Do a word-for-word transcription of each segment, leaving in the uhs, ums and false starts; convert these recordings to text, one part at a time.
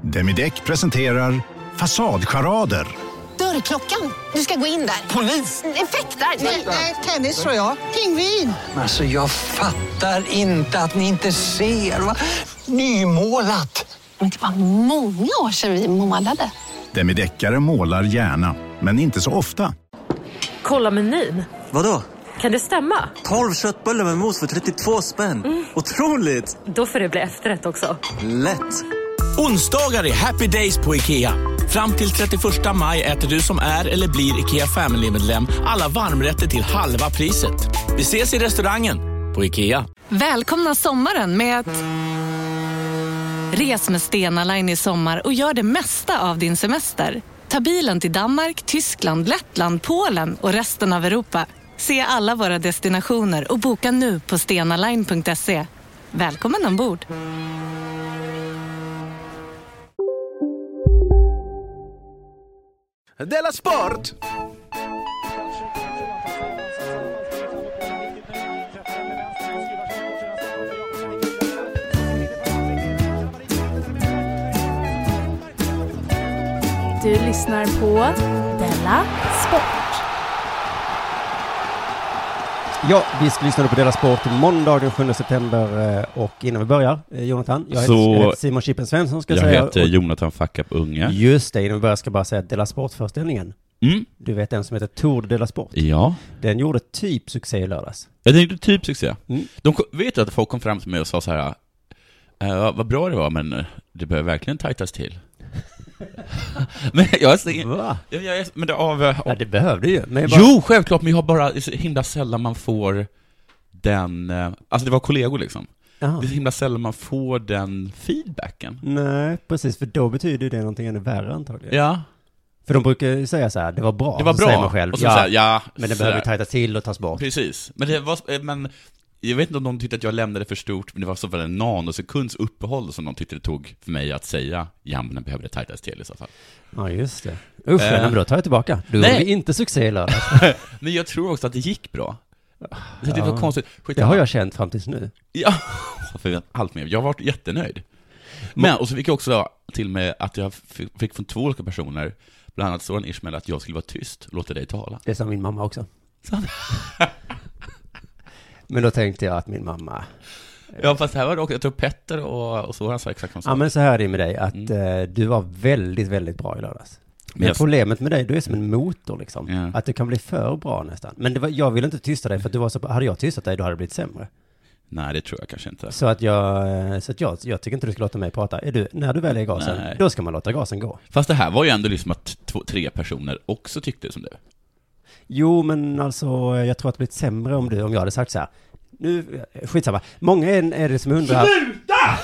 Demideck presenterar Fasadcharader. Dörrklockan. Du ska gå in där. Polis? Effektar? Nej, nej, tennis tror jag. Pingvin. Alltså jag fattar inte att ni inte ser. Va? Nymålat. Men det var många år sedan vi målade. Demideckare målar gärna, men inte så ofta. Kolla menyn. Vadå? Kan det stämma? tolv köttbullar med mos för trettiotvå spänn. Mm. Otroligt! Då får det bli efterrätt också. Lätt! Onsdagar är happy days på IKEA. Fram till trettioförsta maj äter du som är eller blir IKEA Family-medlem alla varmrätter till halva priset. Vi ses i restaurangen på IKEA. Välkomna sommaren med att... Res med Stena Line i sommar och gör det mesta av din semester. Ta bilen till Danmark, Tyskland, Lettland, Polen och resten av Europa. Se alla våra destinationer och boka nu på stenaline punkt se. Välkommen ombord! Della Sport! Du lyssnar på Della Sport. Ja, vi ska lyssna på Della Sport måndag den sjunde september, och innan vi börjar, Jonathan, jag heter, Så, jag heter Simon Chippen Svensson ska jag säga. Jag heter och, Jonathan Fuck Up Unge. Just det, innan vi börjar ska jag bara säga att Della Sport-föreställningen, mm. du vet den som heter Tour de Della Sport. Ja. Den gjorde typ succé i lördags. Ja, den gjorde typ succé. Mm. De vet att folk kom fram till mig och sa så här, äh, vad bra det var, men det behöver verkligen tajtas till. men jag är Va? Jag, jag, men det av, av ja, det behövde ju. Men bara... Jo, självklart, men jag har bara det är så himla sällan man får den, alltså det var kollegor liksom. Aha. Det är så himla sällan man får den feedbacken. Nej, precis, för då betyder det någonting ännu värre antagligen. Ja. För de brukar säga så här, det var bra. Det var så bra. Säger man själv. Och så ja, säger, ja, men det behöver tajtas till och tas bort. Precis. Men det var, men jag vet inte om de tyckte att jag lämnade för stort, men det var så väl en nanosekunds uppehåll som de tyckte det tog för mig att säga, ja, men den behöver det tajtas till i så fall. Ja, just det. Usch, äh, men då tar jag tillbaka. Du var inte succé i lördags. Men jag tror också att det gick bra. Det ja, var konstigt. Det har jag känt fram tills nu. Ja, för allt med. Jag har varit jättenöjd. Men, och så fick jag också till mig att jag fick från två olika personer, bland annat Soran Ismail, att jag skulle vara tyst och låta dig tala. Det sa min mamma också. Men då tänkte jag att min mamma... Ja, fast här var det också, jag tror Petter och, och Soran sa exakt som så. Ja, men så här är det med dig, att mm. eh, du var väldigt, väldigt bra i lördags. Men yes. Problemet med dig, du är som en motor liksom. Yeah. Att det kan bli för bra nästan. Men det var, jag ville inte tysta dig, för att du var så, hade jag tystat dig, då hade det blivit sämre. Nej, det tror jag kanske inte. Så att jag, så att jag, jag tycker inte du ska låta mig prata. Är du, när du väljer gasen, Nej. Då ska man låta gasen gå. Fast det här var ju ändå liksom att två, tre personer också tyckte som du. Jo, men alltså, jag tror att det blivit sämre om du, om jag hade sagt så här. Nu, skitsamma. Många är, är det som undrar... Sluta!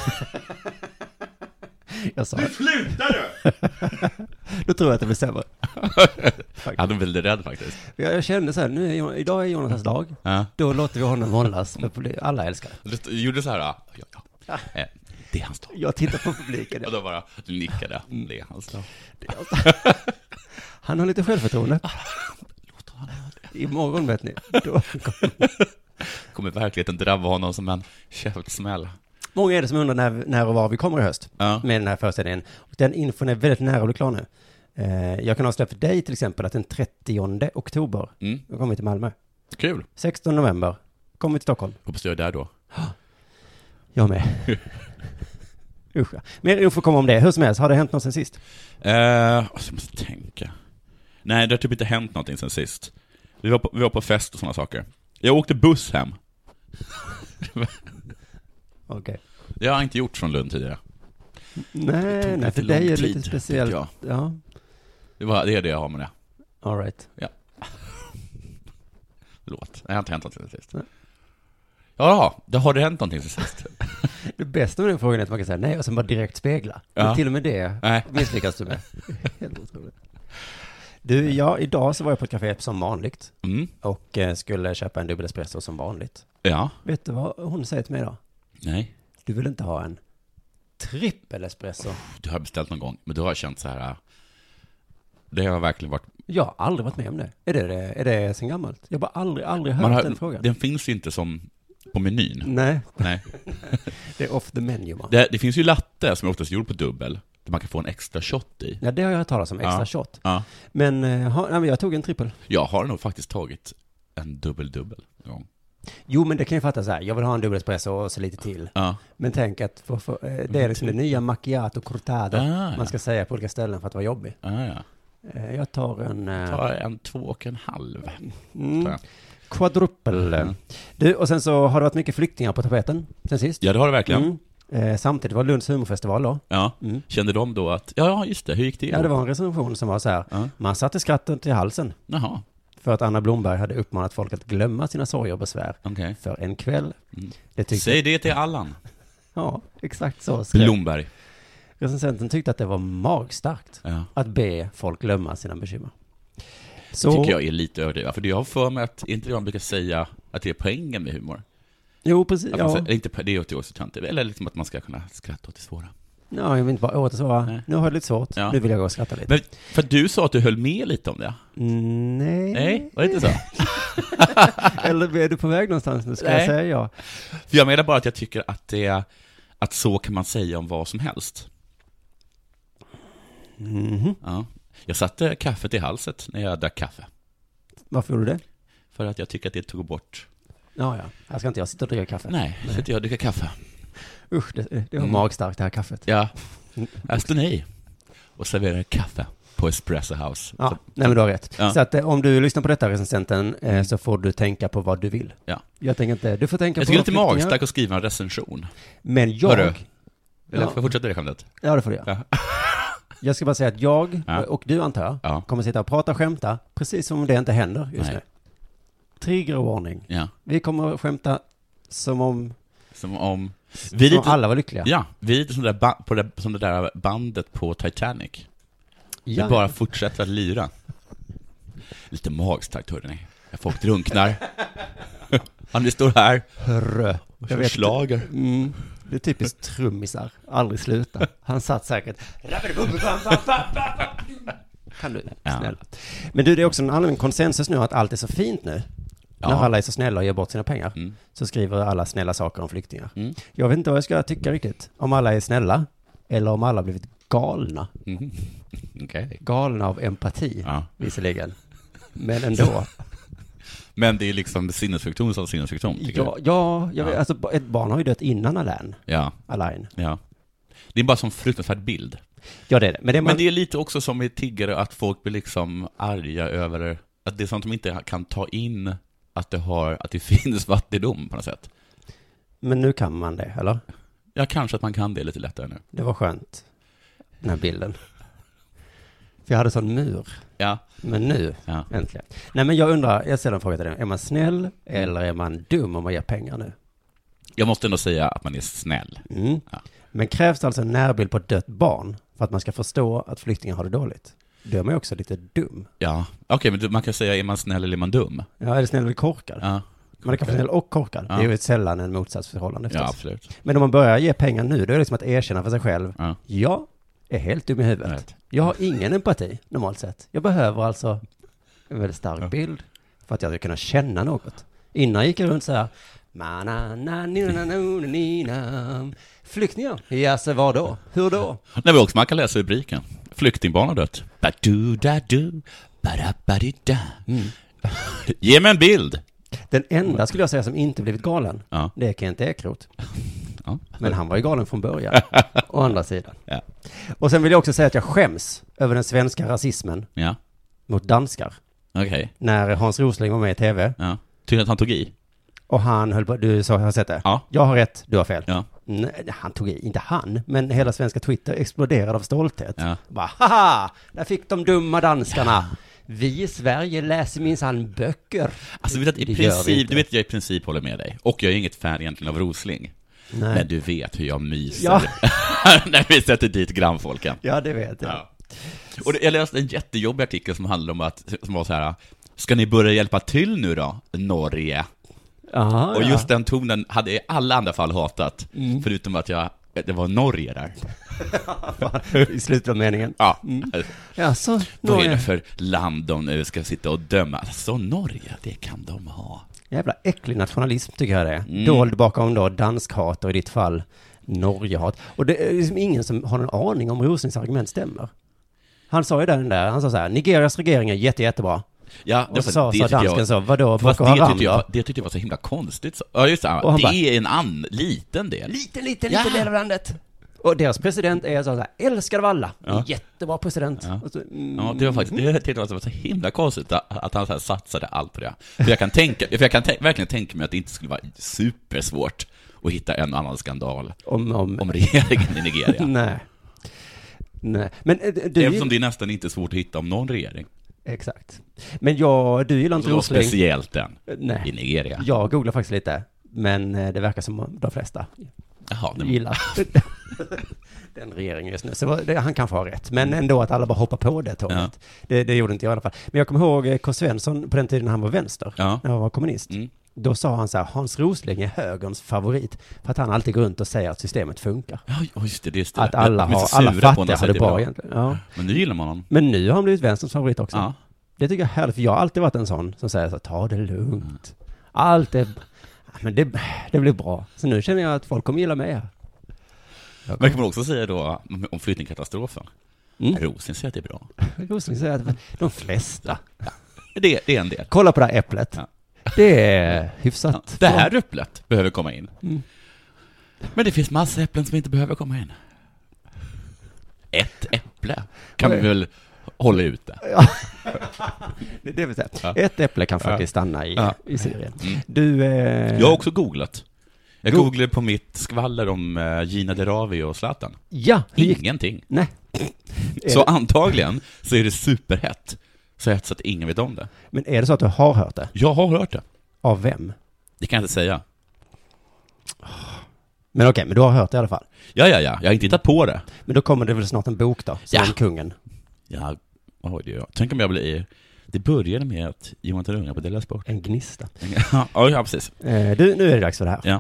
Jag sa nu slutar du! Då tror jag att det blir sämre. Jag hade väldigt rädd faktiskt. Jag, jag kände så här, nu är, idag är Jonathans dag. Ja. Då låter vi honom hållas. Alla älskar det. Du gjorde så här, ja, ja. ja. Det är hans dag. Jag tittar på publiken. Ja. Och då bara, du nickade. Det är hans dag. Det är hans dag. Han har lite självförtroende. Låt honom göra det. Imorgon vet ni. Då kommer... kommer verkligheten drabba honom som en käftsmäll. Många är det som undrar när, när och var vi kommer i höst ja. Med den här föreställningen. Och den infon är väldigt nära att bli klar nu. Eh, jag kan avslöja för dig till exempel att den trettionde oktober mm. kommer vi till Malmö. Kul. sextonde november kommer vi till Stockholm. Hoppas du är där då. Jag med. Usch. Mer info kommer om det. Hur som helst, har det hänt något sen sist? Eh, jag måste tänka. Nej, det har typ inte hänt någonting sen sist. Vi var på, vi var på fest och sådana saker. Jag åkte buss hem. Okej. Okay. Det har jag inte gjort från Lund tidigare. Nej, nej, för dig är det lite speciellt. Ja. Ja. Det, var, det är det jag har med det. All right. Ja. Låt. Det har inte hänt någonting sen sist. Nej. Ja, det har det hänt någonting sen sist. Det bästa med den frågan är att man kan säga nej och sen bara direkt spegla. Ja. Men till och med det nej. Misslyckas du med. Helt otroligt. Du, ja, idag så var jag på ett café som vanligt. Mm. Och eh, skulle köpa en dubbel espresso som vanligt. Ja. Vet du vad hon säger till mig då? Nej. Du vill inte ha en trippel espresso? Oh, du har beställt någon gång, men du har känt så här... Det har verkligen varit... Jag har aldrig varit med om det. Är det, det, är det sen gammalt? Jag har bara aldrig, aldrig hört har, den frågan. Den finns ju inte som på menyn. Nej. Nej. Det är off the menu, man. Det, det finns ju latte som är oftast gjord på dubbel. där man kan få en extra shot i. Ja, det har jag hört talas om, extra ja. shot. Ja. Men, uh, ha, nej, men jag tog en trippel. Jag har nog faktiskt tagit en dubbel-dubbel en gång. Jo, men det kan jag fatta så här. Jag vill ha en dubbel espresso och så lite till. Ja. Men tänk att för, för, det är liksom det nya macchiato cortado ah, man ska säga på olika ställen för att vara jobbig. Ah, ja. Jag tar en... Jag tar en två och en halv. Mm. Quadruppel. Mm. Du, och sen så har det varit mycket flyktingar på tapeten sen sist. Ja, det har det verkligen. Mm. Eh, samtidigt var Lunds humorfestival då. Ja, mm. Kände de då att, ja just det, hur gick det? Ja, det var en recension som var så här, ja. Man satte skratten till halsen. Jaha. För att Anna Blomberg hade uppmanat folk att glömma sina sorger och besvär okay. för en kväll. Mm. Det tyckte... Säg det till Allan. Ja, exakt så. Blomberg. Recensenten tyckte att det var magstarkt ja. att be folk glömma sina bekymmer. Så... Det tycker jag är lite överdrivet. För jag har för mig att inte jag brukar säga att det är poängen med humor. Jo, precis. Att ja. säger, inte, det är också töntigt. Eller liksom att man ska kunna skratta åt det svåra. Ja, jag vill inte bara åt det svåra. Nu har jag lite svårt. Ja. Nu vill jag gå och skratta lite. Men för du sa att du höll med lite om det. Mm, nej. Nej, var det inte så? Eller är du på väg någonstans nu? Ska nej. jag säga ja? För jag menar bara att jag tycker att det är, att så kan man säga om vad som helst. Mm-hmm. Ja. Jag satte kaffet i halset när jag drack kaffe. Varför gjorde du det? För att jag tycker att det tog bort. Ja, ja. Jag ska inte jag sitta och dricka kaffe. Nej, jag sitter jag och dricker kaffe. Usch, det, det var mm. magstarkt det här kaffet. Ja, jag står nej och serverar kaffe på Espresso House. Ja, så, nej men du har rätt. Ja. Så att eh, om du lyssnar på detta recensenten eh, så får du tänka på vad du vill. Ja. Jag tänker inte, du får tänka jag på... Jag tycker det är lite magstarkt att skriva en recension. Men jag... Hörru, eller ja. får jag fortsätta det skämtet? Ja, det får du göra. Ja. Jag ska bara säga att jag ja. och du antar jag ja. kommer sitta och prata och skämta precis som om det inte händer just nej. nu. Triggervarning. Ja. Vi kommer att skämta som om... Som om... Vi som lite, alla var lyckliga. Ja, vi är lite som det, där, på det, som det där bandet på Titanic. Ja. Vi bara fortsätter att lyra. Lite magstarkt, hörde ni. Folk drunknar. Han står här. Hörru. Och jag slager. Mm, det är typiskt trummisar. Aldrig sluta. Han satt säkert. Kan du, snälla. Ja. Men du, det är också en allmän konsensus nu att allt är så fint nu. Ja. När alla är så snälla och ger bort sina pengar mm. så skriver alla snälla saker om flyktingar. Mm. Jag vet inte vad jag ska tycka riktigt. Om alla är snälla eller om alla har blivit galna. Mm. Okay. Galna av empati, ja. visserligen. Men ändå. Men det är liksom sinnessjukdom som sinnessjukdom, tycker ja, ja, jag vet, ja, alltså ett barn har ju dött innan Alain. Ja. Alain. Ja. Det är bara som fruktansvärd bild. Ja, det är det. Men det är, man... Men det är lite också som i tiggare att folk blir liksom arga över att det är sånt de inte kan ta in att det, har, att det finns fattigdom på något sätt. Men nu kan man det, eller? Ja, kanske att man kan det lite lättare nu. Det var skönt, den här bilden. För jag hade sån mur. Ja. Men nu, ja. äntligen. Nej, men jag undrar, jag ställer en fråga till dig. Är man snäll eller är man dum om man ger pengar nu? Jag måste ändå säga att man är snäll. Mm. Ja. Men krävs det alltså en närbild på ett dött barn för att man ska förstå att flyktingar har det dåligt? Då är man ju också lite dum. Ja, okej, okay, men man kan säga, är man snäll eller är man dum? Ja, är det snäll eller korkad? Ja. Man kan vara snäll och korkad. Ja. Det är ju sällan en motsatsförhållande förstås. Ja, absolut. Men om man börjar ge pengar nu, då är det liksom att erkänna för sig själv. Ja. Jag är helt dum i huvudet. Right. Jag har ingen empati, normalt sett. Jag behöver alltså en väldigt stark ja. bild för att jag ska kunna känna något. Innan gick jag runt så här. Flyktingar? Ja, så vad då? Hur då? När vi också man kan läsa rubriken. Flyktingbarn har dött. Ba-du-da-du, ba-da-ba-di-da. Mm. Ge mig en bild. Den enda skulle jag säga som inte blivit galen, ja. det är Kent Ekeroth. Ja. Men han var ju galen från början. Å andra sidan. Ja. Och sen vill jag också säga att jag skäms över den svenska rasismen ja. mot danskar. Okay. När Hans Rosling var med i tv. Ja. Tycker att han tog i? Och han höll på, du har sett det? Ja. Jag har rätt, du har fel. Ja. Nej, han tog i, inte han, men hela svenska Twitter exploderade av stolthet. Ja. Bara, haha, där fick de dumma danskarna. Ja. Vi i Sverige läser minsann böcker. Alltså, vet att i princip, du vet att jag i princip håller med dig. Och jag är inget fan egentligen av Rosling. Nej. Men du vet hur jag myser ja. när vi sätter dit grannfolken. Ja, det vet jag. Ja. Och jag läste en jättejobbig artikel som handlade om att, som var så här: ska ni börja hjälpa till nu då, Norge? Aha, och just ja. den tonen hade jag i alla andra fall hatat, mm. förutom att jag, det var Norge där. I slutet av meningen. Ja. Mm. Ja, så vad är det för land de nu ska sitta och döma? Alltså Norge, det kan de ha. Jävla äcklig nationalism tycker jag det är. Mm. Dold bakom då danskhat och i ditt fall Norgehat. Och det är liksom ingen som har någon aning om Roslings argument stämmer. Han sa ju den där, han sa så här, Nigerias regering är jätte, jättebra. Ja, och så sa, det sa dansken jag, så, vadå, Boko det Haram tyckte, jag, då? det tyckte jag var så himla konstigt. Så, ja, just det, det bara, är en an, liten del. Liten, liten, ja. liten del av landet. Och deras president är så här, älskad av alla. Ja. Jättebra president. Ja. Så, mm. ja, det var faktiskt, det tyckte jag var så himla konstigt att, att han så här satsade allt på det. För jag kan tänka, för jag kan t- verkligen tänka mig att det inte skulle vara supersvårt att hitta en annan skandal om, om... om regeringen i Nigeria. Nej. Nej. Men du... Eftersom det är nästan inte svårt att hitta om någon regering. Exakt. Men jag, du gillar inte Rosling. Speciellt den Nej. i Nigeria. Jag googlar faktiskt lite, men det verkar som de flesta Jaha, det... gillar den regeringen just nu. Så det, han kanske har rätt, men ändå att alla bara hoppar på det tåget. Ja. Det, det gjorde inte jag i alla fall. Men jag kommer ihåg K. Svensson på den tiden när han var vänster, ja. när han var kommunist. Mm. Då sa han så här, Hans Rosling är högerns favorit för att han alltid går runt och säger att systemet funkar. Ja, just det, just det. Att alla, har, alla fattiga har det bra egentligen. Ja. Men nu gillar man honom. Men nu har han blivit vänsterns favorit också. Ja. Det tycker jag är härligt, för jag har alltid varit en sån som säger så, ta det lugnt. Allt är, men det, det blir bra. Så nu känner jag att folk kommer gilla mig. Men kan man också säga då om flyktingkatastrofen? Mm. Rosling säger att det är bra. Rosling säger att de flesta. Ja. Det, det är en del. Kolla på det här äpplet. Ja. Det är hyfsat. Ja, det här äpplet behöver komma in. Mm. Men det finns massa äpplen som inte behöver komma in. Ett äpple kan vi väl hålla ute. Ja. det, det vill säga. Ja. Ett äpple kan faktiskt stanna i, ja. i Syrien. Mm. Du, eh... Jag har också googlat. Jag Go- googlade på mitt skvaller om eh, Gina Dirawi och Zlatan. Ja. Ingenting. Nej. Så antagligen så är det superhett. Så hett så att ingen vet om det. Men är det så att du har hört det? Jag har hört det. Av vem? Det kan jag inte säga. Men okej, okay, men du har hört det i alla fall. Ja, ja, ja. Jag har inte hittat på det. Men då kommer det väl snart en bok då, som ja. kungen. Ja, oj, det gör. Tänk om jag blir... Det började med att Johan tar unga på Della Sport. En gnista. Ja, ja, precis. Eh, du, nu är det dags för det här. Ja.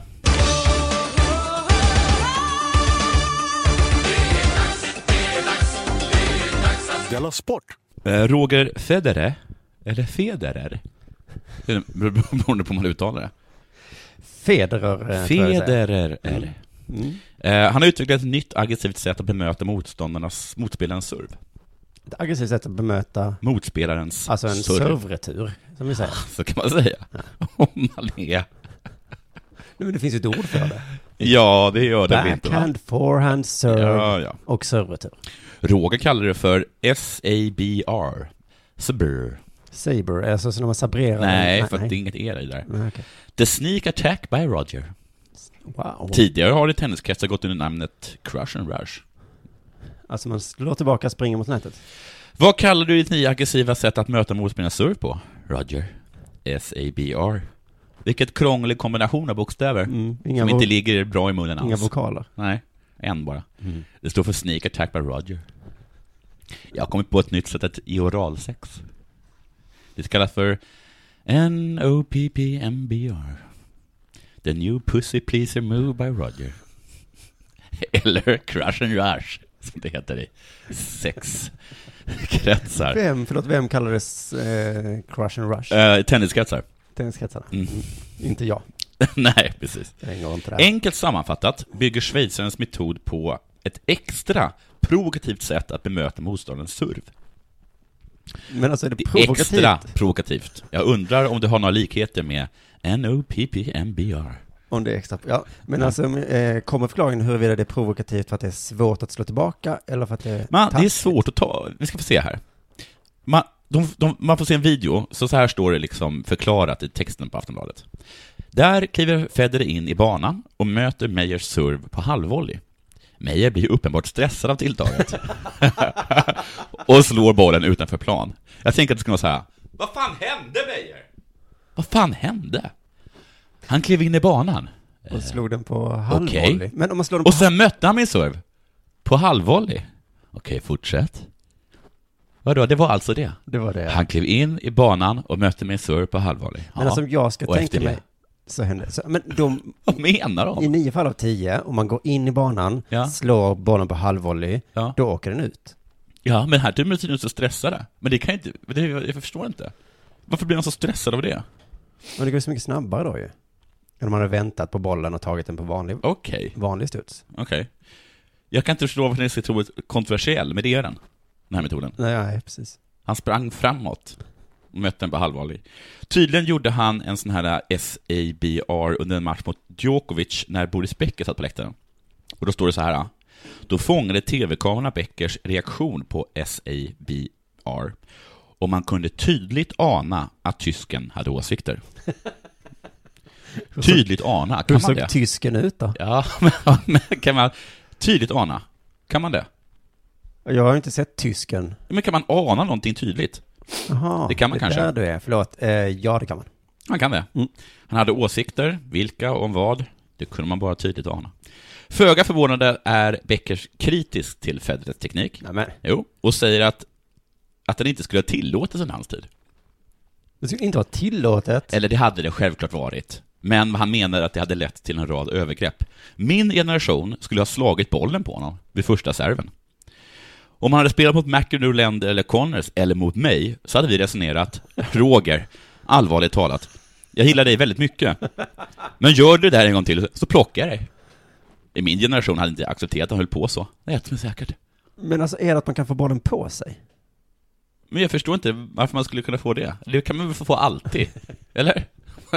Della Sport. Roger Federer, eller Federer, beroende på hur man uttalar det. Federer. Federer är det. Mm. Eh, han har utvecklat ett nytt aggressivt sätt att bemöta motståndarnas, motspelarens serv. Ett aggressivt sätt att bemöta motspelarens alltså en serv. servretur, som vi säger. Så kan man säga. Ja. Om man är... Nej, men det finns ju ett ord för det. Ja, det gör det. Backhand, forehand, serve ja, ja. och servretur. Roger kallar det för S A B R. Saber. Saber, alltså så när man sabrerar. Nej, den. för nej. att det är inget er i där. Nej, okay. The Sneak Attack by Roger. Wow. Tidigare har det tenniskretsar gått under namnet Crush and Rush. Alltså man slår tillbaka och springer mot nätet. Vad kallar du ditt nya aggressiva sätt att möta motspelarnas serve på? Roger. S A B R. Vilket krånglig kombination av bokstäver mm, som vo- inte ligger bra i munnen alls. Inga vokaler. Nej, en bara. Mm. Det står för Sneak Attack by Roger. Jag har kommit på ett nytt sätt att i oralsex. Det kallas för N O P P M B R. The new pussy pleaser move by Roger. Eller Crush and Rush, som det heter i sexkretsar. Vem, förlåt, vem kallades eh, Crush and Rush? Uh, tenniskretsar. Tenniskretsarna? Mm. Mm. Inte jag. Nej, precis. Inte Enkelt sammanfattat bygger schweizarens metod på ett extra provokativt sätt att bemöta motståndarens serv. Men alltså är det provokativt? Extra provokativt. Jag undrar om det har några likheter med N O P P M B R. Om det är extra, ja. Men ja. alltså, eh, kommer förklaringen huruvida det är provokativt för att det är svårt att slå tillbaka eller för att det är man, det är svårt att ta, vi ska få se här. Man, de, de, man får se en video, så, så här står det liksom förklarat i texten på Aftonbladet. Där kliver Federer in i banan och möter Meyers serve på halvvolley. Meyer blir uppenbart stressad av tilltaget och slår bollen utanför plan. Jag tänker att det skulle vara så här: vad fan hände, Meyer? Vad fan hände? Han klev in i banan och slog den på halvvolley. Okay. Men om man slår den på och sen mötte han min serve på halvvolley. Okej, okay, fortsätt. Vadå, det var alltså det? Det var det. Han klev in i banan och mötte min serve på halvvolley. Men ja. alltså jag ska och tänka mig så hände så, men de, vad menar de? I nio fall av tio, om man går in i banan, ja. slår bollen på halvvolley, ja. då åker den ut. Ja, men här är de tydligen så stressade. Men det kan inte, det, jag förstår inte. Varför blir de så stressade av det? Men det går så mycket snabbare då ju. än om man hade väntat på bollen och tagit den på vanlig, okay. vanlig studs. Okej. Okay. Jag kan inte förstå varför ni ska tro att kontroversiell, men det är den, den här metoden. Nej, nej, precis. Han sprang framåt och mötte den på halvvanlig. Tydligen gjorde han en sån här S A B R under en match mot Djokovic när Boris Becker satt på läktaren. Och då står det så här: då fångade tv-kamerorna Beckers reaktion på S A B R och man kunde tydligt ana att tysken hade åsikter. Tydligt ana, kan Hur man såg det? tysken ut då? Ja, men kan man tydligt ana? Kan man det? Jag har inte sett tysken. Men kan man ana någonting tydligt? Aha, det kan man det kanske. Där du är, förlåt. Eh, ja, det kan man. Man kan det. Mm. Han hade åsikter, vilka och om vad, det kunde man bara tydligt ana. Föga förvånande är Beckers kritisk till Federers teknik. Nämen. Jo, och säger att, att den inte skulle ha tillåtits under hans tid. Det skulle inte vara tillåtet. Eller det hade det självklart varit. Men han menar att det hade lett till en rad övergrepp. Min generation skulle ha slagit bollen på honom vid första serven. Om han hade spelat mot McEnroe, Länder eller Connors eller mot mig så hade vi resonerat: Roger, allvarligt talat, jag gillar dig väldigt mycket. Men gör du det där en gång till så plockar jag dig. I min generation hade inte accepterat att han höll på så. Det är helt säkert. Men alltså, är det att man kan få bollen på sig? Men jag förstår inte varför man skulle kunna få det. Det kan man väl få alla eller?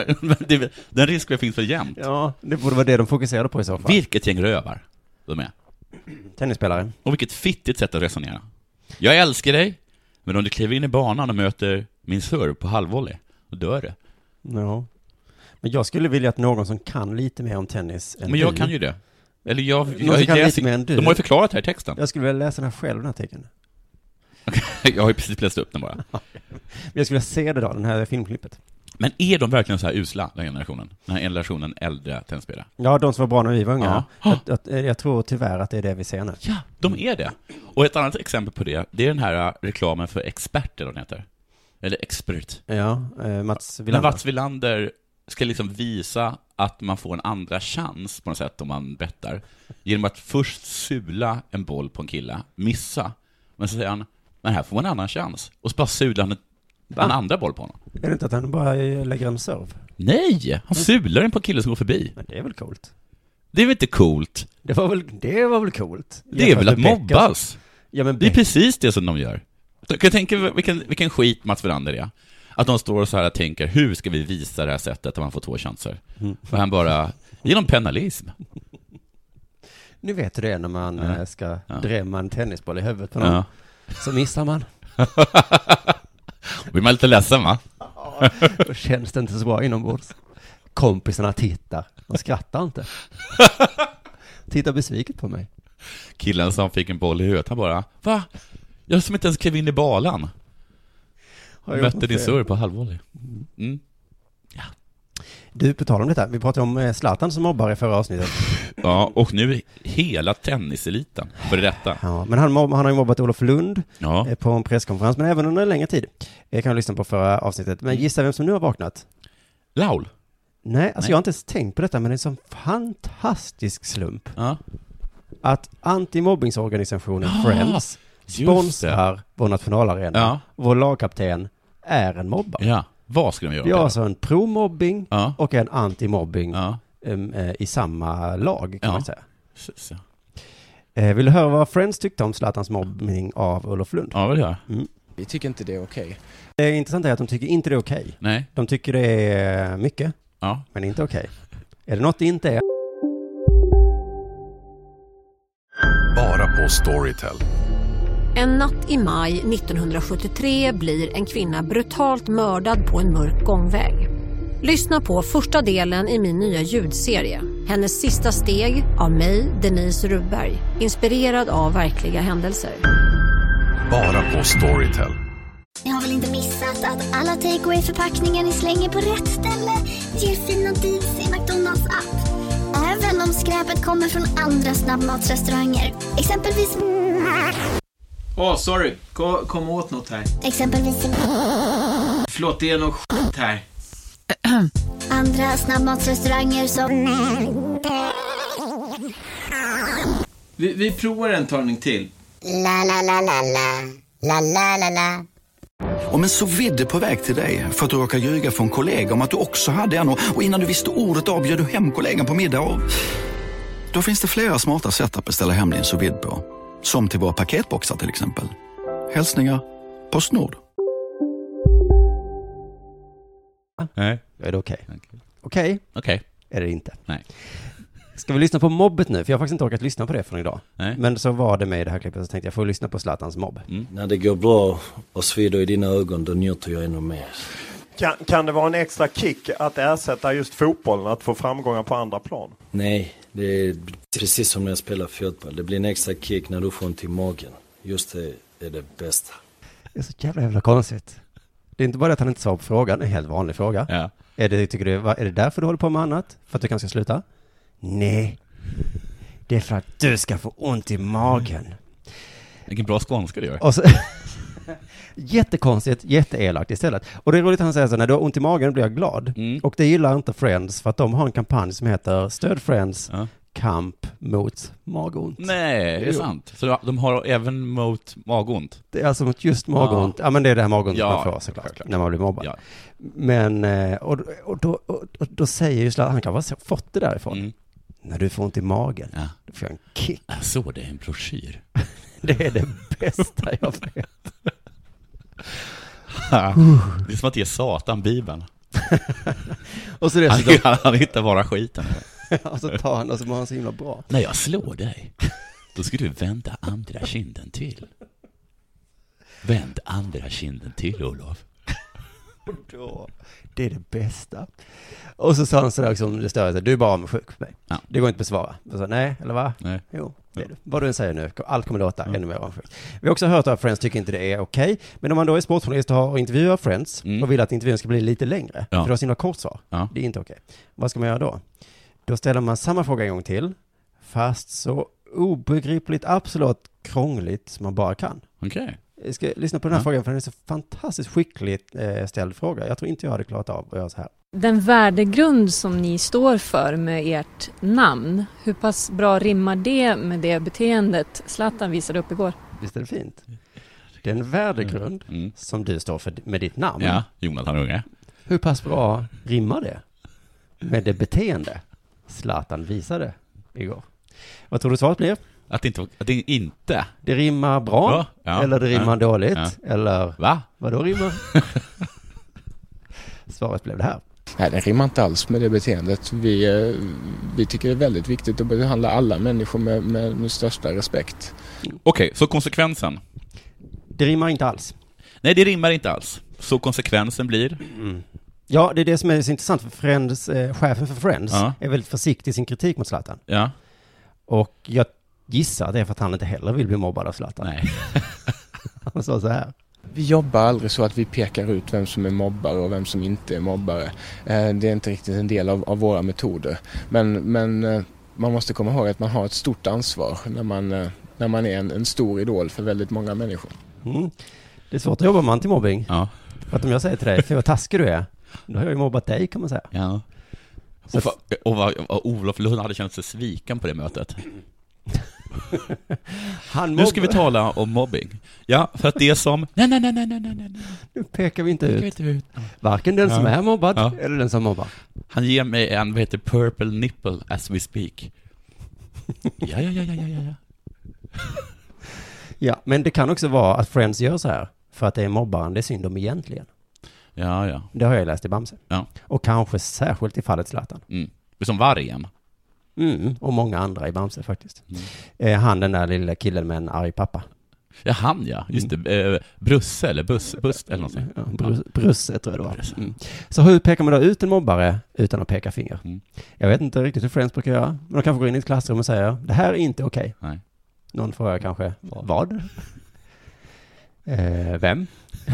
Den risken finns för jämt. Ja, det borde vara det de fokuserade på i så fall. Vilket gäng rövar de är. Tennisspelare. Och vilket fittigt sätt att resonera. Jag älskar dig, men om du kliver in i banan och möter min serv på halvvolley, då dör det. Ja. Men jag skulle vilja att någon som kan lite mer om tennis än Men jag du. kan ju det. Eller jag, jag, jag kan jag lite mer än du. De har ju förklarat här i texten. Jag skulle vilja läsa den här själv, den här tecken. Jag har ju precis läst upp den bara. Men jag skulle vilja se det då, den här filmklippet. Men är de verkligen så här usla, den generationen? Den här generationen äldre tennisspelare? Ja, de som var bra när vi var unga. Ja. Att, att, jag tror tyvärr att det är det vi ser nu. Ja, de är det. Och ett annat exempel på det, det är den här reklamen för experter, den heter. Eller expert. Ja, eh, Mats Wilander. Men Mats Wilander ska liksom visa att man får en andra chans på något sätt om man bettar. Genom att först sula en boll på en kille, missa. Men så säger han, men här får man en annan chans. Och så bara sular han en, en andra boll på honom. Är det inte att han bara lägger en serv? Nej, han sular en på en kille som går förbi. Men det är väl coolt? Det är väl inte coolt? Det var väl, det var väl coolt? Det är väl att mobbas? Ja, men det är precis det som de gör. Jag kan tänka vilken, vilken skit Mats Wilander är. Att de står och så här och tänker, hur ska vi visa det här sättet att man får två chanser? Mm. För han bara, genom penalism. Nu vet du det när man ja. ska ja. drämma en tennisboll i huvudet på någon. Ja. Så missar man. Blir man lite ledsen, va? Ja, då känns det inte så bra inombords. Kompisarna tittar. De skrattar inte. Tittar besviket på mig. Killen som fick en boll i huvudet, han bara, va? Jag som inte ens klev in i balan. Jag mötte din serv på halvvolley. Mm. Ja. Du, på tal om detta, vi pratade om Zlatan som mobbar i förra avsnittet. Ja, och nu hela tenniseliten för detta. Ja, men han, han har ju mobbat Olof Lund ja. på en presskonferens, men även under en längre tid. Jag kan lyssna på förra avsnittet. Men gissa vem som nu har vaknat? Laul? Nej, alltså Nej. jag har inte ens tänkt på detta, men det är en sån fantastisk slump. Ja. Att antimobbingsorganisationen ja, Friends sponsrar vår nationalarena. Ja. Vår lagkapten är en mobbare. Ja, vad ska de göra? Vi har alltså en pro-mobbing ja. och en anti-mobbing ja. um, uh, i samma lag, kan ja. man säga. Så. Uh, vill du höra vad Friends tyckte om Zlatans mobbning av Olof Lund? Ja, vill jag. Mm. Vi tycker inte det är okej. Okay. Det intressanta är att de tycker inte det är okej. Okay. Nej. De tycker det är mycket, ja. men inte okej. Okay. Är det något det inte är? Bara på Storytel. En natt i maj nittonhundrasjuttiotre blir en kvinna brutalt mördad på en mörk gångväg. Lyssna på första delen i min nya ljudserie. Hennes sista steg av mig, Denise Rubberg. Inspirerad av verkliga händelser. Bara på Storytel. Ni har väl inte missat att alla takeaway-förpackningar ni slänger på rätt ställe ger fina deals i McDonalds app. Även om skräpet kommer från andra snabbmatsrestauranger. Exempelvis... Åh, oh, sorry. Kom, kom åt något här. Exempelvis... Förlåt, det är något skit här. Andra snabbmatsrestauranger som... Vi, vi provar en talning till. La la la la la. La la la la. Om en sous vide på väg till dig för att du råkar ljuga för en kollega om att du också hade en, och innan du visste ordet av bjöd du hem kollegan på middag och... Då finns det flera smarta sätt att beställa hem din sous vide på. Som till våra paketboxar till exempel. Hälsningar Postnord. Nej. Är det okej? Okay? Okej? Okay? Okej. Okay. Är det inte? Nej. Ska vi lyssna på mobbet nu? För jag har faktiskt inte orkat lyssna på det från idag. Nej. Men så var det med i det här klippet, så tänkte jag få lyssna på Zlatans mobb. Mm. När det går bra och svider i dina ögon, då njuter jag ännu mer. Kan, kan det vara en extra kick att ersätta just fotbollen, att få framgångar på andra plan? Nej, det är precis som när jag spelar fotboll. Det blir en extra kick när du får ont i magen. Just det är det bästa. Det är så jävla jävla konstigt. Det är inte bara att han inte svarar på frågan, en helt vanlig fråga. Ja. Är det, tycker du, är det därför du håller på med annat? För att du kanske ska sluta? Nej. Det är för att du ska få ont i magen. Vilken bra skånska det gör. Och så, jättekonstigt, jätteelakt istället. Och det är roligt att han säger så, när du har ont i magen blir jag glad. Mm. Och det gillar inte Friends, för att de har en kampanj som heter Stöd Friends, ja. Kamp mot magont. Nej, det är sant. Så de har även mot magont? Det är alltså mot just magont. Ja, ja men det är det här magont ja, man får såklart, självklart. När man blir mobbad. Ja. Men, och, och, då, och, och då säger ju Zlatan, han kan ha fått det därifrån. Mm. När du får ont i magen, ja. Då får jag en kick. Jag såg det i en broschyr. Det är det bästa jag vet. Det är som att ge Satan Bibeln. Och så det han, så han, han hittar bara skiten. Och så tar han och så var han så himla bra. När jag slår dig, då ska du vända andra kinden till. Vänd andra kinden till, Olof. Då, det är det bästa. Och så sa han sådär som det står, du är bara med sjuk på mig. Ja. Det går inte att besvara. Jag sa, nej, eller va? Nej. Jo, det är det. Vad du än säger nu, allt kommer låta mm. ännu mer avsjukt. Vi har också hört att Friends tycker inte det är okej. Okay. Men om man då är sportjournalist och intervjuar Friends mm. och vill att intervjun ska bli lite längre, ja. För då har sina kort svar. Ja. Det är inte okej. Okay. Vad ska man göra då? Då ställer man samma fråga en gång till, fast så obegripligt, absolut krångligt som man bara kan. Okej. Okay. Jag ska lyssna på den här ja. frågan, för den är så fantastiskt skickligt eh, ställd fråga. Jag tror inte jag hade klarat av att göra så här. Den värdegrund som ni står för med ert namn, hur pass bra rimmar det med det beteendet Zlatan visade upp igår? Visst är det fint? Det är en värdegrund mm. Mm. som du står för med ditt namn. Ja, Jonathan Unge. Hur pass bra rimmar det med det beteende Zlatan visade igår? Vad tror du svaret blir? Att det inte, att det inte. Det rimmar bra, ja, ja, eller det rimmar ja, dåligt, ja. Eller va? Vad då rimmar? Svaret blev det här. Nej, det rimmar inte alls med det beteendet. Vi, vi tycker det är väldigt viktigt att behandla alla människor med, med, med största respekt. Okej, okay, så konsekvensen? Det rimmar inte alls. Nej, det rimmar inte alls. Så konsekvensen blir? Mm. Ja, det är det som är så intressant för Friends, eh, chefen för Friends ja. Är väldigt försiktig i sin kritik mot Zlatan. Ja. Och jag gissar det är för att han inte heller vill bli mobbad av Zlatan. Nej. Han sa så här. Vi jobbar aldrig så att vi pekar ut vem som är mobbare och vem som inte är mobbare. Det är inte riktigt en del av, av våra metoder. Men, men man måste komma ihåg att man har ett stort ansvar när man, när man är en, en stor idol för väldigt många människor. Mm. Det är svårt att jobba med antimobbing. Ja. För att om jag säger till dig, för vad taskig du är, då har jag ju mobbat dig, kan man säga. Ja. Och, för, och, vad, och Olof Lund hade känt sig sviken på det mötet. Han nu ska vi tala om mobbing. Ja, för att det är som nej, nej, nej, nej, nej, nej. Nu pekar vi inte ut, inte ut. varken den ja. Som är mobbad ja. Eller den som mobbar. Han ger mig en, vad heter, purple nipple as we speak. Ja, ja, ja, ja, ja, ja. Ja, men det kan också vara att Friends gör så här för att det är mobbaren, det är synd om egentligen. Ja, ja. Det har jag läst i Bamse. Ja. Och kanske särskilt i fallet Zlatan. Mm. Som vargen. Mm, och många andra i Bamse faktiskt. Mm. Eh, han den där lilla killen med en arg pappa. Ja, han ja. Just mm. det. Eh, Brusse eller Bus, Bus eller någonting. Ja, Brus, Brusse tror jag det var. Mm. Så hur pekar man då ut en mobbare utan att peka finger? Mm. Jag vet inte riktigt hur Friends brukar göra. Men de kanske går in i ett klassrum och säger, det här är inte okej. Okay. Nej. Någon frågar kanske, vad? eh, vem?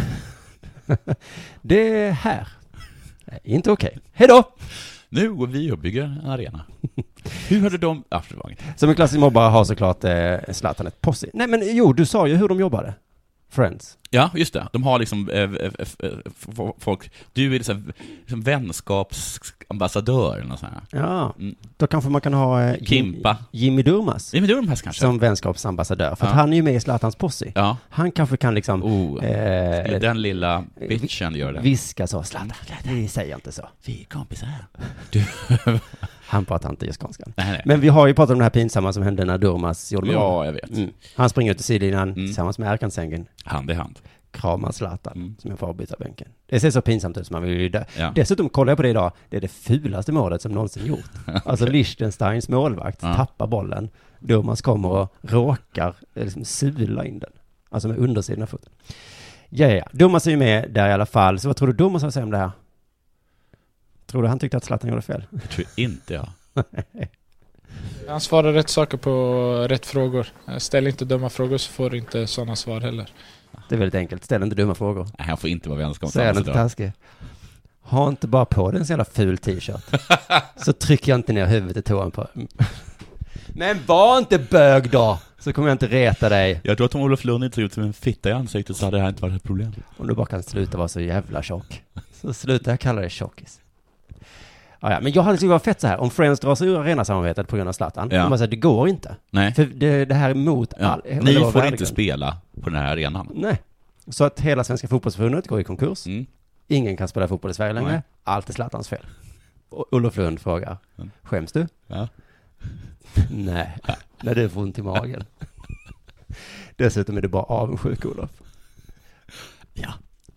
Det här. Nej, inte okej. Okay. Hej då! Nu går vi och bygger en arena. Hur hade de... Ah, det var inget. Som en klassisk mobbare har såklart eh, Zlatan ett posse. Nej men jo, du sa ju hur de jobbade. Friends. Ja, just det. De har liksom äh, äh, äh, folk... Du är liksom, liksom vänskapsambassadör eller något sånt här. Ja, mm. Då kanske man kan ha äh, Kimpa. Jimmy Durmaz. Jimmy Durmaz kanske. Som vänskapsambassadör. För ja. att han är ju med i Zlatans posse. Ja. Han kanske kan liksom... Oh, äh, den lilla bitchen gör det. Viska så. Zlatan, vi säger inte så. Vi är kompisar. Du... Han pratar inte just skånska. Nej, nej. Men vi har ju pratat om det här pinsamma som hände när Durmaz gjorde mål. Ja, jag vet. Mm. Han springer ut i sidlinjen mm. tillsammans med Erkan Sängen. Hand i hand. Kramar Zlatan mm. som en får avbyta bänken. Det ser så pinsamt ut som man vill ju dö. Ja. Dessutom kollar jag på det idag. Det är det fulaste målet som någonsin gjort. Okay. Alltså Liechtensteins målvakt ja. tappar bollen. Durmaz kommer och råkar liksom sula in den. Alltså med undersidan av foten. Ja, ja, ja. Durmaz är ju med där i alla fall. Så vad tror du Durmaz har att säga om det här? Tror du han tyckte att Zlatan gjorde fel? Jag tror inte jag. Han svarar rätt saker på rätt frågor. Ställ inte dumma frågor så får du inte sådana svar heller. Det är väldigt enkelt. Ställ inte dumma frågor. Nej, han får inte vara vänskap. Säg han inte taskig. Ha inte bara på den så jävla ful t-shirt. Så trycker jag inte ner huvudet i toan på. Men var inte bög då. Så kommer jag inte reta dig. Jag tror att om Olof Lund inte såg ut som en fitta i ansiktet så hade det här inte varit ett problem. Om du bara kan sluta vara så jävla tjock. Så sluta jag kalla dig tjockis. Ah, ja, men jag hade tyckt det var fett så här. Om Friends drar sig ur arenasamarbetet på grund av Zlatan. Ja. Man säger, det går inte. Nej. För det, det här är emot ja. all... Ni får världen. Inte spela på den här arenan. Nej. Så att hela Svenska fotbollsförbundet går i konkurs. Mm. Ingen kan spela fotboll i Sverige längre. Nej. Allt är Zlatans fel. Och Olof Lund frågar, mm. skäms du? Ja. Nej, när du får ont i magen. Dessutom är det bara avundsjuk, Olof. Ja.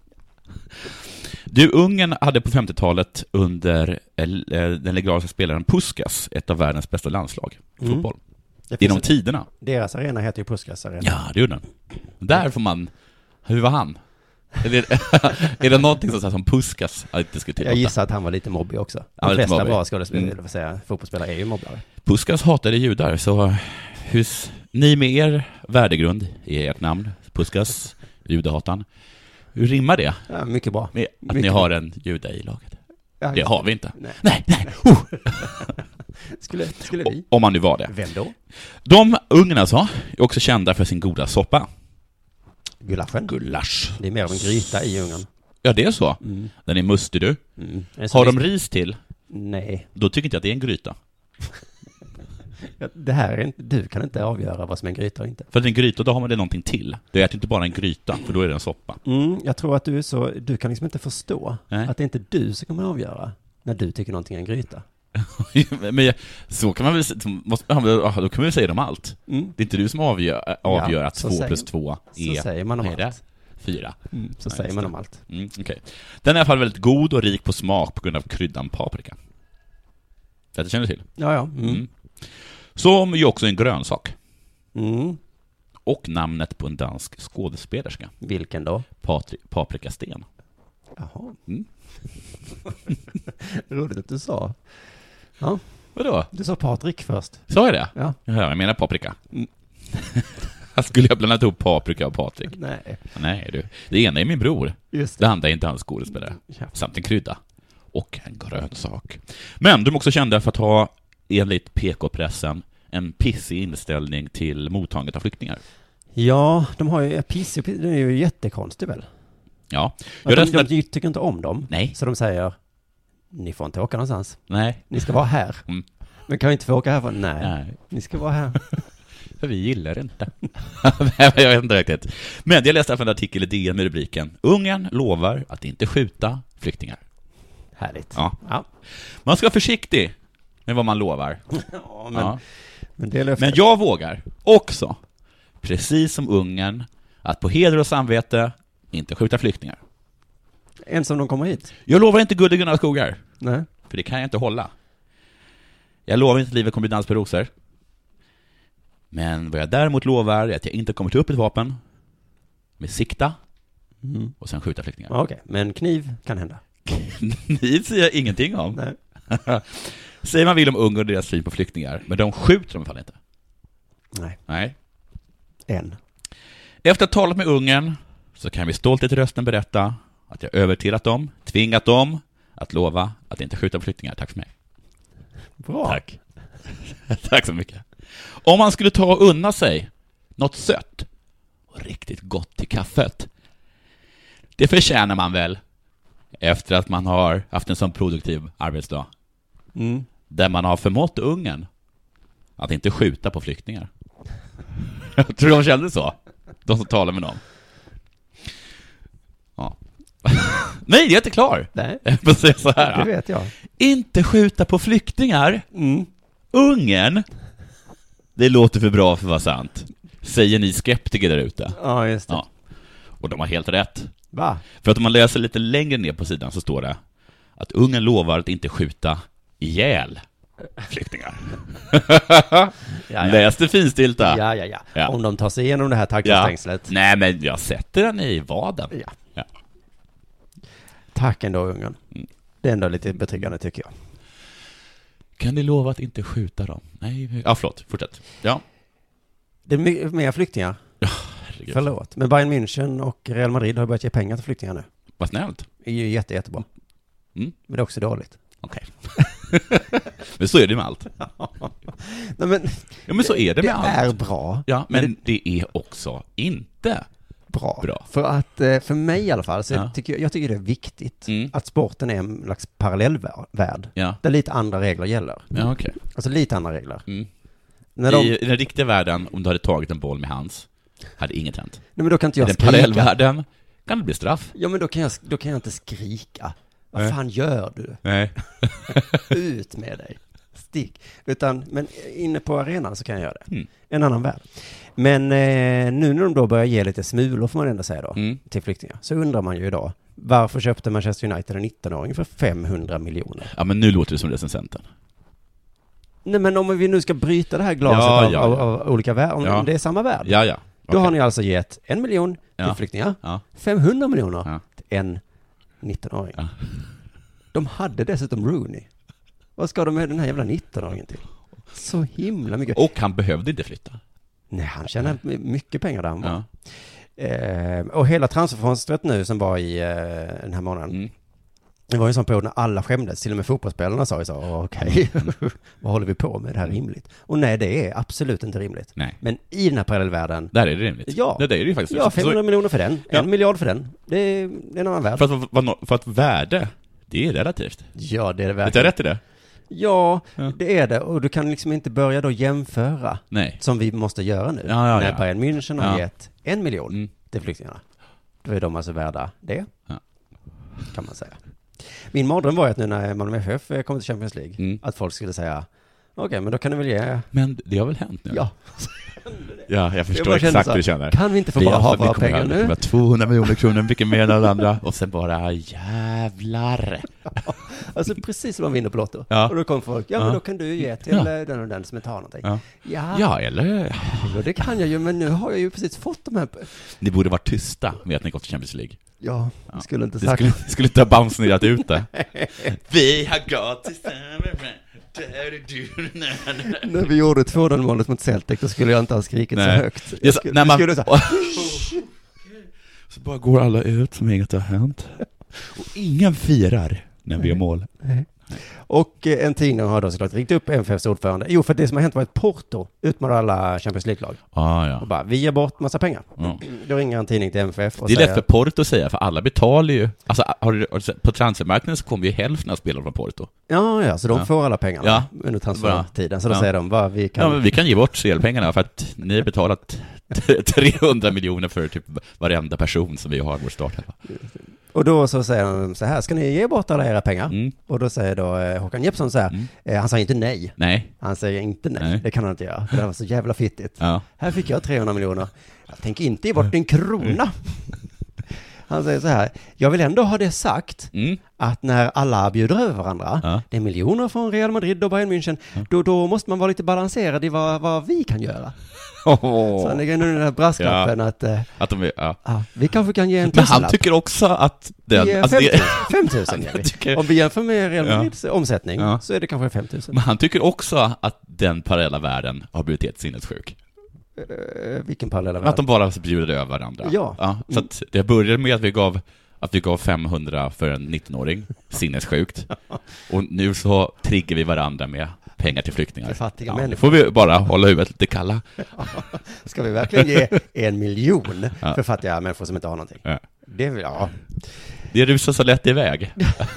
Du, Ungern hade på femtiotalet under den legendariska spelaren Puskas ett av världens bästa landslag i fotboll. Mm. Genom tiderna. Deras arena heter ju Puskas arena. Ja, det gjorde den. Där får man... Hur var han? Är det, är det någonting som, som Puskas att inte skulle tillåta? Jag gissar att han var lite mobbig också. De flesta bra skådespelare, mm. säga, fotbollsspelare är ju mobbare. Puskas hatade judar, så hur, ni med er värdegrund i ert namn, Puskas, judehatan, hur rimmar det? Ja, mycket bra. Med att mycket ni har en jude i laget? Ja, det har vi inte. Nej, nej. nej. Oh. skulle, skulle vi? Om man nu var det. Vem då? De ungarna alltså är också kända för sin goda soppa. Gulaschen. Gulasch. Det är mer av en gryta i Ungern. Ja, det är så. Mm. Den är mustig, du. Mm. Har de ris till? Nej. Då tycker inte jag att det är en gryta. Ja, det här är inte, du kan inte avgöra vad som är en gryta och inte. För att en gryta, då har man det någonting till. Det är inte bara en gryta, för då är det en soppa. Mm, jag tror att du är så, du kan liksom inte förstå Nej. att det är inte du som kommer avgöra när du tycker någonting är en gryta. Men så kan man väl, måste, då kan man väl säga om allt. Mm. Det är inte du som avgör, avgör ja, att två plus två är, så säger man om allt. Det? Fyra. Mm, så ja, säger man om allt. Mm, okay. Den är i alla fall väldigt god och rik på smak på grund av kryddan paprika. Det känner du till? Ja, ja. Mm. Mm. Som ju också är en grönsak. Mm. Och namnet på en dansk skådespelerska. Vilken då? Patri- Paprika Sten. Jaha. Mm. Roligt att du sa. Ja. Vadå? Du sa Patrik först. Sa jag det? Ja. Ja, jag menar paprika. Mm. Skulle jag blandat ihop paprika och Patrik? Nej. Nej, du. Det ena är min bror. Just det. Det andra är inte hans skådespelare. Ja. Samt en krydda. Och en grönsak. Men de är också kända för att ha, enligt P K-pressen, en pissig inställning till mottagandet av flyktingar. Ja, de har ju pissig, det är ju jättekonstigt väl? Ja. Jag de, de tycker inte om dem. Nej. Så de säger, ni får inte åka någonstans. Nej. Ni ska vara här. Mm. Men kan vi inte få åka härifrån? Nej. Nej. Ni ska vara här. För vi gillar det inte. Jag vet inte riktigt. Men jag läste en artikel i D N med rubriken Ungern lovar att inte skjuta flyktingar. Härligt. Ja. Ja. Man ska vara försiktig med vad man lovar. Ja, men, ja. Men, det är men jag vågar också, precis som Ungern, att på heder och samvete inte skjuta flyktingar. Ens om de kommer hit? Jag lovar inte guld i gröna skogar. Nej. För det kan jag inte hålla. Jag lovar inte att livet kommer bli dans på rosor. Men vad jag däremot lovar är att jag inte kommer ta upp ett vapen med sikta mm. och sen skjuta flyktingar. Okej, okay. Men kniv kan hända. Kniv säger jag ingenting om. Nej. Säger man vill om Ungern och deras syn på flyktingar, men de skjuter de i alla fall inte. Nej. Nej. Än. Efter att ha talat med Ungern så kan vi stolthet i rösten berätta att jag övertalat dem, tvingat dem att lova att inte skjuta på flyktingar. Tack för mig. Bra. Tack. Tack så mycket. Om man skulle ta och unna sig något sött och riktigt gott till kaffet. Det förtjänar man väl efter att man har haft en sån produktiv arbetsdag. Mm. Där man har förmått ungen att inte skjuta på flyktingar. Jag tror de kände så. De som talar med dem. Ja. Nej, jag är inte klar. Nej. Jag får säga så här. Det vet jag. Inte skjuta på flyktingar. Mm. Ungen. Det låter för bra för att vara sant. Säger ni skeptiker där ute. Ja, just det. Ja. Och de har helt rätt. Va? För att om man läser lite längre ner på sidan så står det att ungen lovar att inte skjuta ihjäl flyktingar. ja, ja. Läs det finstilta. Ja, ja, ja, ja. Om de tar sig igenom det här taggtrådsstängslet. Ja. Nej, men jag sätter den i vaden. Ja. Ja. Tack ändå, ungen. Mm. Det är ändå lite betryggande, tycker jag. Kan ni lova att inte skjuta dem? Nej, ja, förlåt. Fortsätt. Ja. Det är my- mer flyktingar. Ja, förlåt. Men Bayern München och Real Madrid har börjat ge pengar till flyktingar nu. Vad snällt. Det är ju jätte, jättebra. Mm. Men det är också dåligt. Okej. Okay. Men så är det med allt. Nej, men, ja, men så är det med det allt. Det är bra. Ja, men, men det, det är också inte bra. bra. För att, för mig i alla fall, så ja. tycker jag, jag tycker det är viktigt mm. att sporten är en slags parallellvärld. Ja. Där lite andra regler gäller. Ja, okay. Alltså lite andra regler. Mm. När de... I, I den riktiga världen, om du hade tagit en boll med hands, hade inget hänt. Nej, men då kan inte jag I skrika. I den parallellvärlden kan det bli straff. Ja, men då kan jag, då kan jag inte skrika. Vad Nej. fan gör du? Nej. Ut med dig. Stick. Utan, men inne på arenan så kan jag göra det. Mm. En annan värld. Men eh, nu när de då börjar ge lite smulor, får man ändå säga då, mm. till flyktingar, så undrar man ju idag, varför köpte Manchester United en nittonåring för femhundra miljoner? Ja, men nu låter det som recensenten. Nej, men om vi nu ska bryta det här glaset ja, av, ja, av, ja. av olika värld, om, ja. om det är samma värld. Ja, ja. Okay. Då har ni alltså gett en miljon till ja. flyktingar, ja. femhundra miljoner ja. till en nittonåring. Ja. De hade dessutom Rooney. Vad ska de med den här jävla nittonåringen till? Så himla mycket. Och han behövde inte flytta. Nej, han tjänade Nej. mycket pengar där han var. Ja. Eh, och hela transferfönstret nu som var i eh, den här månaden. Mm. Det var ju en sån period när alla skämdes. Till och med fotbollsspelarna sa ju så, okej, okay. mm. vad håller vi på med? Det här är rimligt. Och nej, det är absolut inte rimligt. Nej. Men i den här parallellvärlden. Där är det rimligt. Ja, det, det är det ju faktiskt. Ja, femhundra så... miljoner för den. Ja. En miljard för den. Det är, det är en annan värld. För att, för att värde, det är relativt. Ja, det är det verkligen. Det är rätt i det. Ja, ja, det är det. Och du kan liksom inte börja då jämföra. Nej. Som vi måste göra nu. Ja, ja, när ja. Bayern München har ja. gett en miljon mm. till flyktingarna. Då är de alltså värda det. Ja. Kan man säga. Min mardröm var ju att nu när Malmö F F kom till Champions League, mm. att folk skulle säga, okej, okay, men då kan du väl ge... Men det har väl hänt nu? Ja. Ja, jag förstår jag exakt hur du känner. Kan vi inte få bara ha våra pengar nu? Det var tvåhundra miljoner kronor, mycket mer än alla andra. Och sen bara, jävlar. Ja, alltså precis som man vinner på Lotto. Ja. Och då kom folk, ja, men ja. då kan du ge till ja. den och den som inte har någonting. Ja, ja. ja eller? Ja, det kan jag ju, men nu har jag ju precis fått de här... Ni borde vara tysta med att ni gått till Champions League. Ja, ja. skulle inte sagt. sagt. Skulle, skulle inte ha bamsnerat ut det. Vi har gått tillsammans. När vi gjorde två noll målet mot Celtic, då skulle jag inte ha skrikit Nej. så högt. Jag skulle, när man, skulle så, så bara går alla ut som inget har hänt. Och ingen firar när vi gör mål. Nej. Och en tidning har då såklart ringt upp M F F:s ordförande. Jo, för det som har hänt var att Porto utmanade alla Champions League-lag. Ah, ja. Och bara, vi ger bort massa pengar. Mm. Då ringer en tidning till M F F och det är säger... lätt för Porto att säga, för alla betalar ju. Alltså, har du, på transfermarknaden så kommer ju hälften av spelarna från Porto. Ja, ja, så de ja. får alla pengarna ja. under transfertiden. Så då ja. säger de, vad vi kan... Ja, men vi kan ge bort spelpengarna för att ni har betalat trehundra miljoner för typ varenda person som vi har i vår start. Och då så säger de så här, ska ni ge bort alla era pengar? Mm. Och då säger då eh, Håkan Jeppsson så här, mm. eh, han säger inte nej. Nej. Han säger inte nej, nej. det kan han inte göra. För det var så jävla fittigt. Ja. Här fick jag trehundra miljoner. Jag tänker inte ge bort en krona. Han säger så här, jag vill ändå ha det sagt mm. att när alla bjuder över varandra, ja. det är miljoner från Real Madrid och Bayern München, ja. då, då måste man vara lite balanserad i vad, vad vi kan göra. Oh. Så han lägger nu den här brasklappen ja. att, eh, att de, ja. ah, vi kanske kan ge en Men han tycker också att den... Det alltså fem tusen ger vi. Tycker... Om vi jämför med Real Madrids ja. omsättning ja. så är det kanske fem tusen. Men han tycker också att den parallella världen har blivit helt sinnessjuk. Uh, vilken parallella värld? Att de bara bjuder över varandra. Ja. ja så att det började med att vi gav att vi gav femhundra för en nittonåring, sinnessjukt. Och nu så triggar vi varandra med pengar till flyktingar. För fattiga ja, människor. Får vi bara hålla huvudet lite kalla. Ja, ska vi verkligen ge en miljon ja. för fattiga människor som inte har någonting? Ja. Det, ja. det rusar så lätt iväg.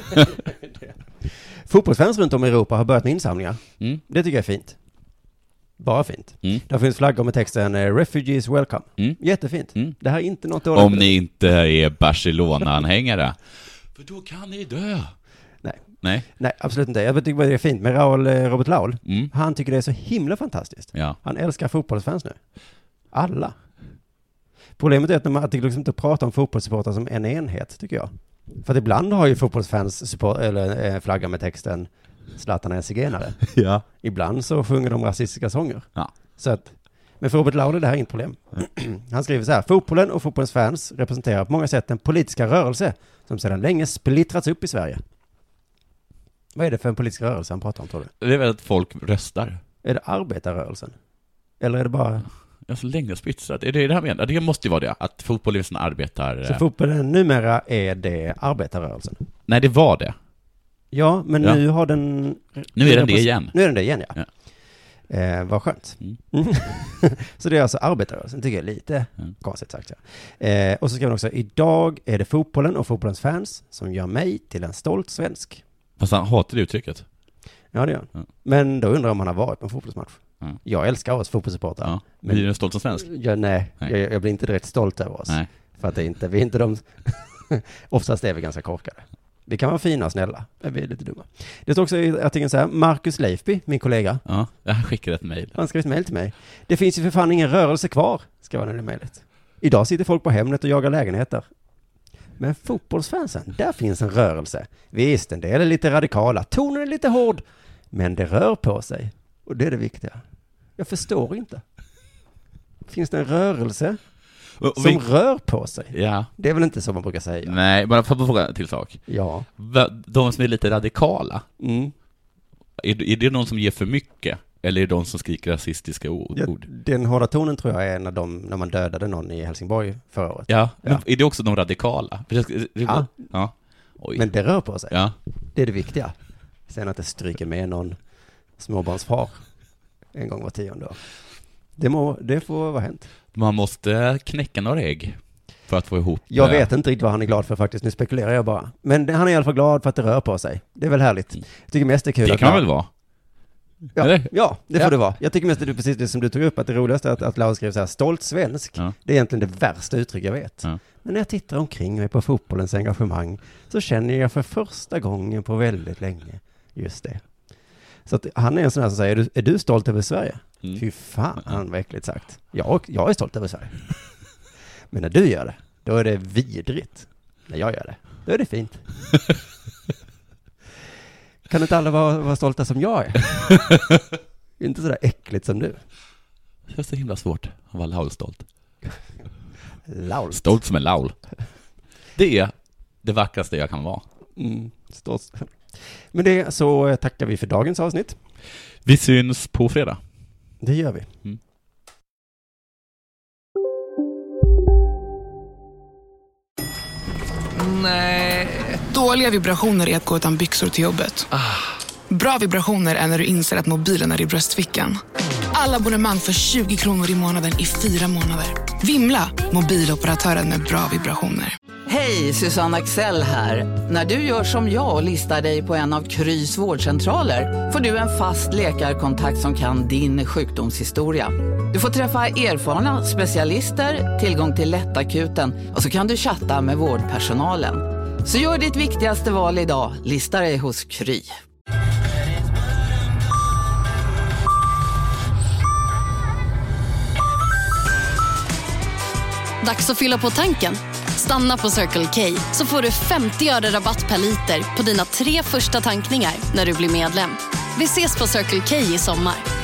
Fotbollsfans runt om i Europa har börjat med insamlingar. Mm. Det tycker jag är fint. Bara fint. Mm. Där finns flaggor med texten Refugees welcome. Mm. Jättefint. Mm. Det här är inte något dåligt. Om ni inte är Barcelona-anhängare. För då kan ni dö. Nej. Nej. Nej, absolut inte. Jag tycker det är fint med Raul, Robert Laul. Mm. Han tycker det är så himla fantastiskt. Ja. Han älskar fotbollsfans nu. Alla. Problemet är att man tycker liksom inte prata om fotbollssupportrar som en enhet, tycker jag. För att ibland har ju fotbollsfans support, eller äh, flagga med texten Zlatan är zigenare. Ja. Ibland så sjunger de rasistiska sånger. Ja. Så att, men för Robert Laul är det här inget problem. Han skriver så här: fotbollen och fotbollens fans representerar på många sätt en politiska rörelse som sedan länge splittrats upp i Sverige. Vad är det för en politisk rörelse han pratar om, tror du? Det är väl att folk röstar. Är det arbetarrörelsen? Eller är det bara... Ja, så länge splittrat. Är det det här menar? Det måste ju vara det. Att fotboll är en arbetar... Så fotbollen numera är det arbetarrörelsen? Nej, det var det. Ja, men ja. nu har den... Nu är den det igen. Nu är den det igen, ja. ja. Eh, vad skönt. Mm. Så det är alltså arbetarrörelsen, tycker jag är lite mm. konstigt sagt. Ja. Eh, och så skriver han också: idag är det fotbollen och fotbollens fans som gör mig till en stolt svensk. Fast han hatar det uttrycket. Ja, det gör han. Ja. Men då undrar om han har varit på en fotbollsmatch. Ja. Jag älskar oss fotbollssupportrar. Ja. Men blir du stolt som svensk? Jag, nej, nej. Jag, jag blir inte direkt stolt över oss. Nej. För att det är inte, vi är inte de... Oftast är vi ganska korkade. Vi kan vara fina och snälla, men vi är lite dumma. Det står också i artikeln så här: Marcus Leifby, min kollega. Ja, jag skickar ett mejl. Han skrev ett mejl till mig. Det finns ju för fan ingen rörelse kvar, ska vara det mejlet. Idag sitter folk på Hemnet och jagar lägenheter. Men fotbollsfansen, där finns en rörelse. Visst, en del är lite radikala, tonen är lite hård, men det rör på sig. Och det är det viktiga. Jag förstår inte. Finns det en rörelse och, och som vi... rör på sig? Ja. Det är väl inte så man brukar säga? Nej, bara för att fråga en till sak. Ja. De som är lite radikala, mm. är, är det någon som ger för mycket? Eller är det de som skriker rasistiska ord? Ja, den hårda tonen tror jag är när, de, när man dödade någon i Helsingborg förra året. Ja, ja. Men är det också de radikala? Ja. Ja. Oj. Men det rör på sig. Ja. Det är det viktiga. Sen att det stryker med någon småbarnsfar en gång var tionde år. Det, må, det får vara hänt. Man måste knäcka några ägg för att få ihop. Jag vet inte riktigt vad han är glad för faktiskt. Nu spekulerar jag bara. Men han är i alla fall glad för att det rör på sig. Det är väl härligt. Jag tycker mest det är kul. Det att kan man... väl vara. Ja, ja, det får ja. det vara. Jag tycker mest det är precis det som du tog upp, att det roligaste är att, att Laura skrev så här: stolt svensk. Ja. Det är egentligen det värsta uttryck jag vet. Ja. Men när jag tittar omkring mig på fotbollens engagemang så känner jag för första gången på väldigt länge just det. Så att han är en sån här som säger: är du, är du stolt över Sverige? Mm. Fy fan, han var äckligt sagt. Jag, jag är stolt över Sverige. Men när du gör det, då är det vidrigt. När jag gör det, då är det fint. Kan inte alla vara, vara stolta som jag är? Inte sådär äckligt som du. Det är så himla svårt att vara Laul-stolt. Laul. Stolt som en Laul. Det är det vackraste jag kan vara. Mm, stolt. Men det så tackar vi för dagens avsnitt. Vi syns på fredag. Det gör vi. Mm. Nej. Dåliga vibrationer är att gå utan byxor till jobbet. Ah. Bra vibrationer är när du inser att mobilen är i bröstfickan. Alla abonnemang för tjugo kronor i månaden i fyra månader. Vimla, mobiloperatören med bra vibrationer. Hej, Susanne Axel här. När du gör som jag och listar dig på en av Krys vårdcentraler får du en fast läkarkontakt som kan din sjukdomshistoria. Du får träffa erfarna specialister, tillgång till lättakuten och så kan du chatta med vårdpersonalen. Så gör ditt viktigaste val idag, listar dig hos Kry. Dags att fylla på tanken. Stanna på Circle K så får du femtio öre rabatt per liter på dina tre första tankningar när du blir medlem. Vi ses på Circle K i sommar.